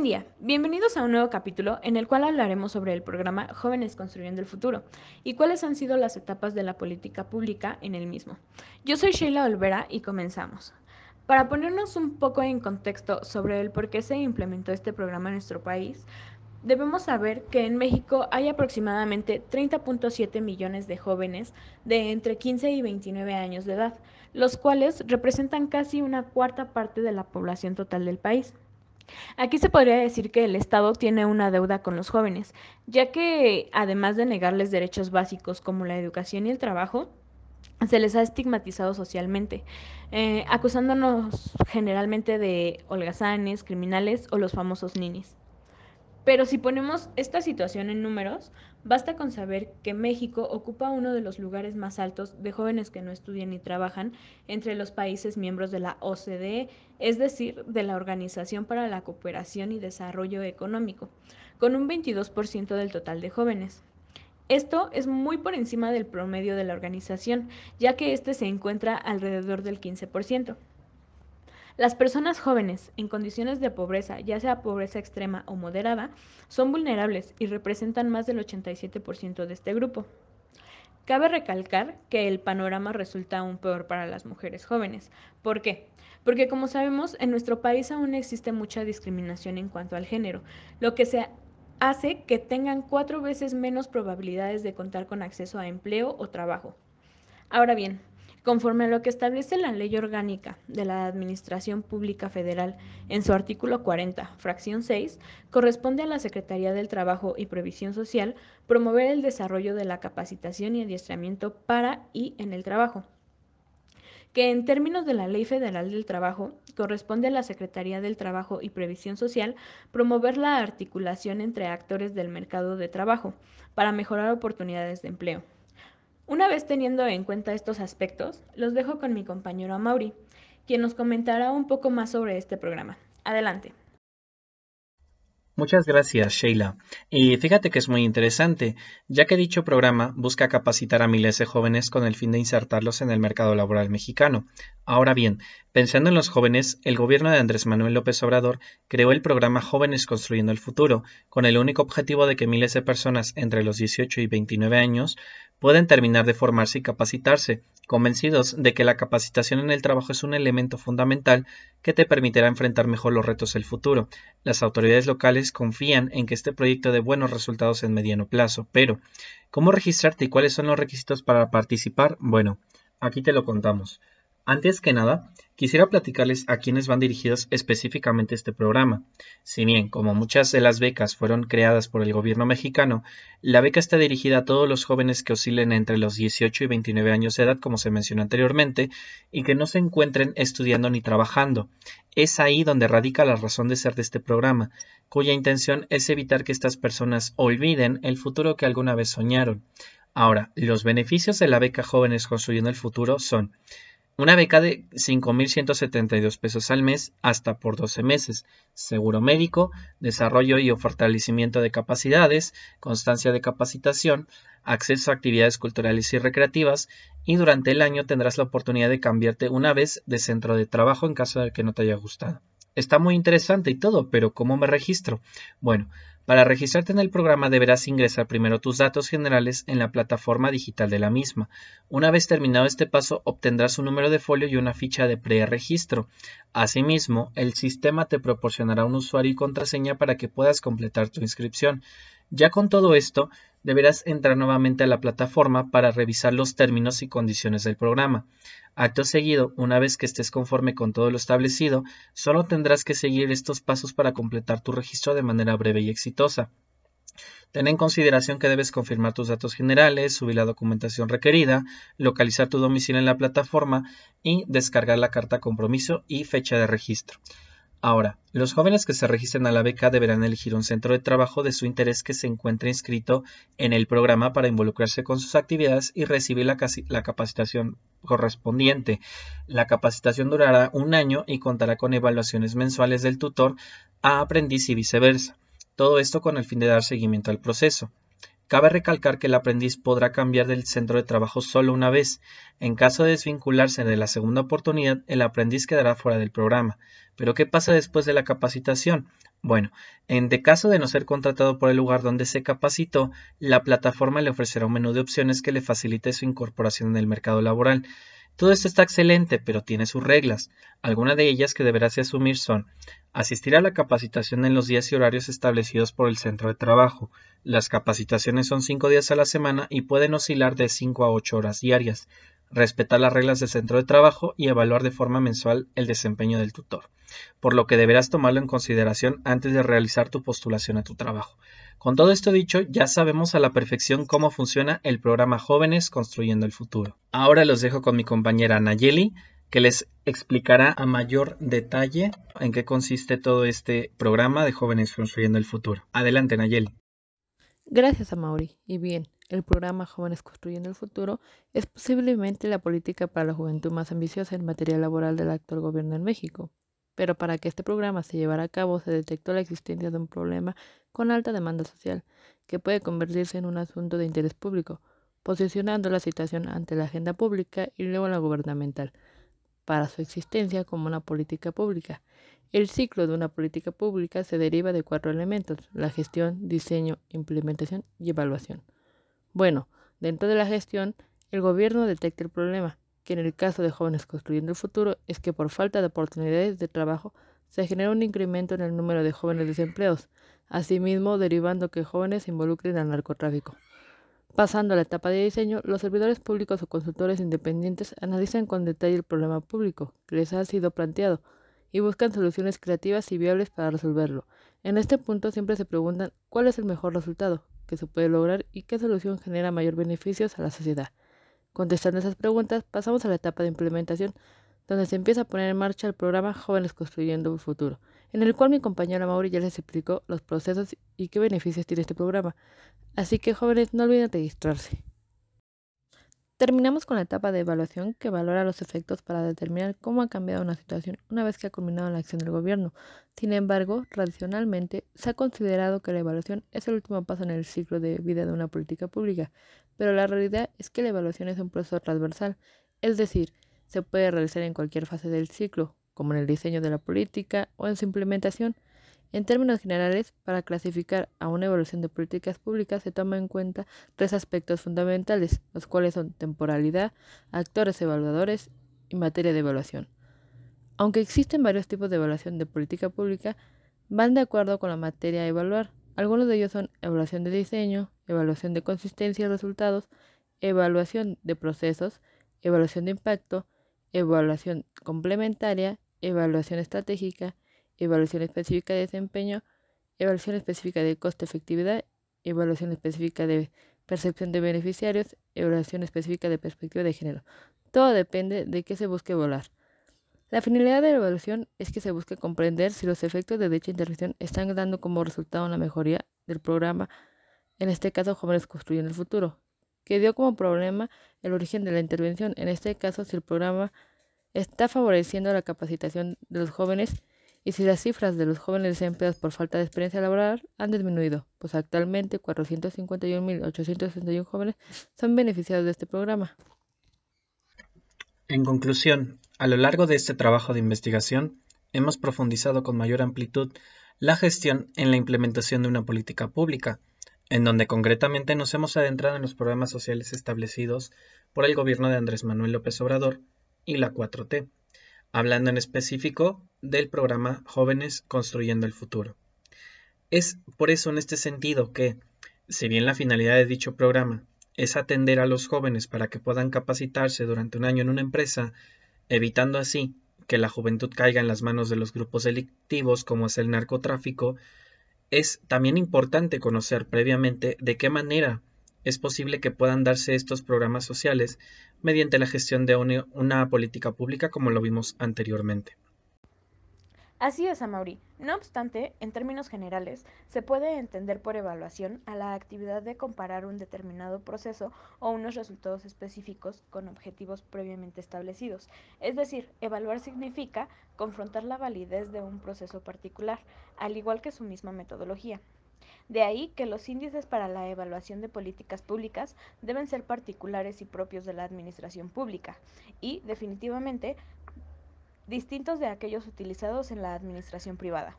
día, bienvenidos a un nuevo capítulo en el cual hablaremos sobre el programa Jóvenes Construyendo el Futuro y cuáles han sido las etapas de la política pública en el mismo. Yo soy Sheila Olvera y comenzamos. Para ponernos un poco en contexto sobre el por qué se implementó este programa en nuestro país, debemos saber que en México hay aproximadamente 30.7 millones de jóvenes de entre 15 y 29 años de edad, los cuales representan casi una cuarta parte de la población total del país. Aquí se podría decir que el Estado tiene una deuda con los jóvenes, ya que además de negarles derechos básicos como la educación y el trabajo, se les ha estigmatizado socialmente, acusándonos generalmente de holgazanes, criminales o los famosos ninis. Pero si ponemos esta situación en números, basta con saber que México ocupa uno de los lugares más altos de jóvenes que no estudian ni trabajan entre los países miembros de la OCDE, es decir, de la Organización para la Cooperación y Desarrollo Económico, con un 22% del total de jóvenes. Esto es muy por encima del promedio de la organización, ya que este se encuentra alrededor del 15%. Las personas jóvenes en condiciones de pobreza, ya sea pobreza extrema o moderada, son vulnerables y representan más del 87% de este grupo. Cabe recalcar que el panorama resulta aún peor para las mujeres jóvenes. ¿Por qué? Porque como sabemos, en nuestro país aún existe mucha discriminación en cuanto al género, lo que se hace que tengan 4 veces menos probabilidades de contar con acceso a empleo o trabajo. Ahora bien, conforme a lo que establece la Ley Orgánica de la Administración Pública Federal en su artículo 40, fracción 6, corresponde a la Secretaría del Trabajo y Previsión Social promover el desarrollo de la capacitación y adiestramiento para y en el trabajo, que en términos de la Ley Federal del Trabajo corresponde a la Secretaría del Trabajo y Previsión Social promover la articulación entre actores del mercado de trabajo para mejorar oportunidades de empleo. Una vez teniendo en cuenta estos aspectos, los dejo con mi compañero Amaury, quien nos comentará un poco más sobre este programa. Adelante. Muchas gracias, Sheila. Y fíjate que es muy interesante, ya que dicho programa busca capacitar a miles de jóvenes con el fin de insertarlos en el mercado laboral mexicano. Ahora bien, pensando en los jóvenes, el gobierno de Andrés Manuel López Obrador creó el programa Jóvenes Construyendo el Futuro, con el único objetivo de que miles de personas entre los 18 y 29 años puedan terminar de formarse y capacitarse, convencidos de que la capacitación en el trabajo es un elemento fundamental que te permitirá enfrentar mejor los retos del futuro. Las autoridades locales confían en que este proyecto dé buenos resultados en mediano plazo, pero ¿cómo registrarte y cuáles son los requisitos para participar? Bueno, aquí te lo contamos. Antes que nada, quisiera platicarles a quiénes van dirigidos específicamente este programa. Si bien, como muchas de las becas fueron creadas por el gobierno mexicano, la beca está dirigida a todos los jóvenes que oscilen entre los 18 y 29 años de edad, como se mencionó anteriormente, y que no se encuentren estudiando ni trabajando. Es ahí donde radica la razón de ser de este programa, cuya intención es evitar que estas personas olviden el futuro que alguna vez soñaron. Ahora, los beneficios de la beca Jóvenes Construyendo el Futuro son una beca de 5,172 pesos al mes hasta por 12 meses, seguro médico, desarrollo y fortalecimiento de capacidades, constancia de capacitación, acceso a actividades culturales y recreativas, y durante el año tendrás la oportunidad de cambiarte una vez de centro de trabajo en caso de que no te haya gustado. Está muy interesante y todo, pero ¿cómo me registro? Bueno, para registrarte en el programa deberás ingresar primero tus datos generales en la plataforma digital de la misma. Una vez terminado este paso, obtendrás un número de folio y una ficha de preregistro. Asimismo, el sistema te proporcionará un usuario y contraseña para que puedas completar tu inscripción. Ya con todo esto, deberás entrar nuevamente a la plataforma para revisar los términos y condiciones del programa. Acto seguido, una vez que estés conforme con todo lo establecido, solo tendrás que seguir estos pasos para completar tu registro de manera breve y exitosa. Ten en consideración que debes confirmar tus datos generales, subir la documentación requerida, localizar tu domicilio en la plataforma y descargar la carta compromiso y fecha de registro. Ahora, los jóvenes que se registren a la beca deberán elegir un centro de trabajo de su interés que se encuentre inscrito en el programa para involucrarse con sus actividades y recibir la capacitación correspondiente. La capacitación durará un año y contará con evaluaciones mensuales del tutor a aprendiz y viceversa. Todo esto con el fin de dar seguimiento al proceso. Cabe recalcar que el aprendiz podrá cambiar del centro de trabajo solo una vez. En caso de desvincularse de la segunda oportunidad, el aprendiz quedará fuera del programa. Pero ¿qué pasa después de la capacitación? Bueno, en de caso de no ser contratado por el lugar donde se capacitó, la plataforma le ofrecerá un menú de opciones que le facilite su incorporación en el mercado laboral. Todo esto está excelente, pero tiene sus reglas. Algunas de ellas que deberás asumir son asistir a la capacitación en los días y horarios establecidos por el centro de trabajo. Las capacitaciones son 5 días a la semana y pueden oscilar de 5 a 8 horas diarias. Respetar las reglas del centro de trabajo y evaluar de forma mensual el desempeño del tutor, por lo que deberás tomarlo en consideración antes de realizar tu postulación a tu trabajo. Con todo esto dicho, ya sabemos a la perfección cómo funciona el programa Jóvenes Construyendo el Futuro. Ahora los dejo con mi compañera Nayeli, que les explicará a mayor detalle en qué consiste todo este programa de Jóvenes Construyendo el Futuro. Adelante, Nayeli. Gracias a Mauri. Y bien, el programa Jóvenes Construyendo el Futuro es posiblemente la política para la juventud más ambiciosa en materia laboral del actual gobierno en México. Pero para que este programa se llevara a cabo se detectó la existencia de un problema con alta demanda social, que puede convertirse en un asunto de interés público, posicionando la situación ante la agenda pública y luego la gubernamental para su existencia como una política pública. El ciclo de una política pública se deriva de 4 elementos: la gestión, diseño, implementación y evaluación. Bueno, dentro de la gestión, el gobierno detecta el problema, que en el caso de Jóvenes Construyendo el Futuro es que por falta de oportunidades de trabajo se genera un incremento en el número de jóvenes desempleados, asimismo derivando que jóvenes se involucren al narcotráfico. Pasando a la etapa de diseño, los servidores públicos o consultores independientes analizan con detalle el problema público que les ha sido planteado y buscan soluciones creativas y viables para resolverlo. En este punto siempre se preguntan cuál es el mejor resultado que se puede lograr y qué solución genera mayor beneficios a la sociedad. Contestando esas preguntas, pasamos a la etapa de implementación, donde se empieza a poner en marcha el programa Jóvenes Construyendo un Futuro, en el cual mi compañera Mauri ya les explicó los procesos y qué beneficios tiene este programa. Así que jóvenes, no olviden registrarse. Terminamos con la etapa de evaluación, que valora los efectos para determinar cómo ha cambiado una situación una vez que ha culminado la acción del gobierno. Sin embargo, tradicionalmente se ha considerado que la evaluación es el último paso en el ciclo de vida de una política pública, pero la realidad es que la evaluación es un proceso transversal, es decir, se puede realizar en cualquier fase del ciclo, como en el diseño de la política o en su implementación. En términos generales, para clasificar a una evaluación de políticas públicas se toma en cuenta 3 aspectos fundamentales, los cuales son temporalidad, actores evaluadores y materia de evaluación. Aunque existen varios tipos de evaluación de política pública, van de acuerdo con la materia a evaluar. Algunos de ellos son evaluación de diseño, evaluación de consistencia y resultados, evaluación de procesos, evaluación de impacto, evaluación complementaria, evaluación estratégica, evaluación específica de desempeño, evaluación específica de costo-efectividad, evaluación específica de percepción de beneficiarios, evaluación específica de perspectiva de género. Todo depende de qué se busque evaluar. La finalidad de la evaluación es que se busque comprender si los efectos de dicha intervención están dando como resultado una mejoría del programa, en este caso Jóvenes Construyendo el Futuro, que dio como problema el origen de la intervención, en este caso si el programa está favoreciendo la capacitación de los jóvenes y si las cifras de los jóvenes desempleados por falta de experiencia laboral han disminuido, pues actualmente 451.861 jóvenes son beneficiados de este programa. En conclusión, a lo largo de este trabajo de investigación, hemos profundizado con mayor amplitud la gestión en la implementación de una política pública, en donde concretamente nos hemos adentrado en los programas sociales establecidos por el gobierno de Andrés Manuel López Obrador y la 4T, hablando en específico del programa Jóvenes Construyendo el Futuro. Es por eso en este sentido que, si bien la finalidad de dicho programa es atender a los jóvenes para que puedan capacitarse durante un año en una empresa, evitando así que la juventud caiga en las manos de los grupos delictivos como es el narcotráfico, es también importante conocer previamente de qué manera es posible que puedan darse estos programas sociales mediante la gestión de una política pública como lo vimos anteriormente. Así es, Amaury. No obstante, en términos generales, se puede entender por evaluación a la actividad de comparar un determinado proceso o unos resultados específicos con objetivos previamente establecidos. Es decir, evaluar significa confrontar la validez de un proceso particular, al igual que su misma metodología. De ahí que los índices para la evaluación de políticas públicas deben ser particulares y propios de la administración pública y, definitivamente, distintos de aquellos utilizados en la administración privada.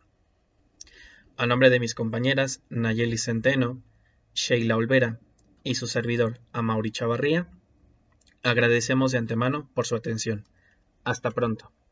A nombre de mis compañeras Nayeli Centeno, Sheila Olvera y su servidor Amaury Chavarría, agradecemos de antemano por su atención. Hasta pronto.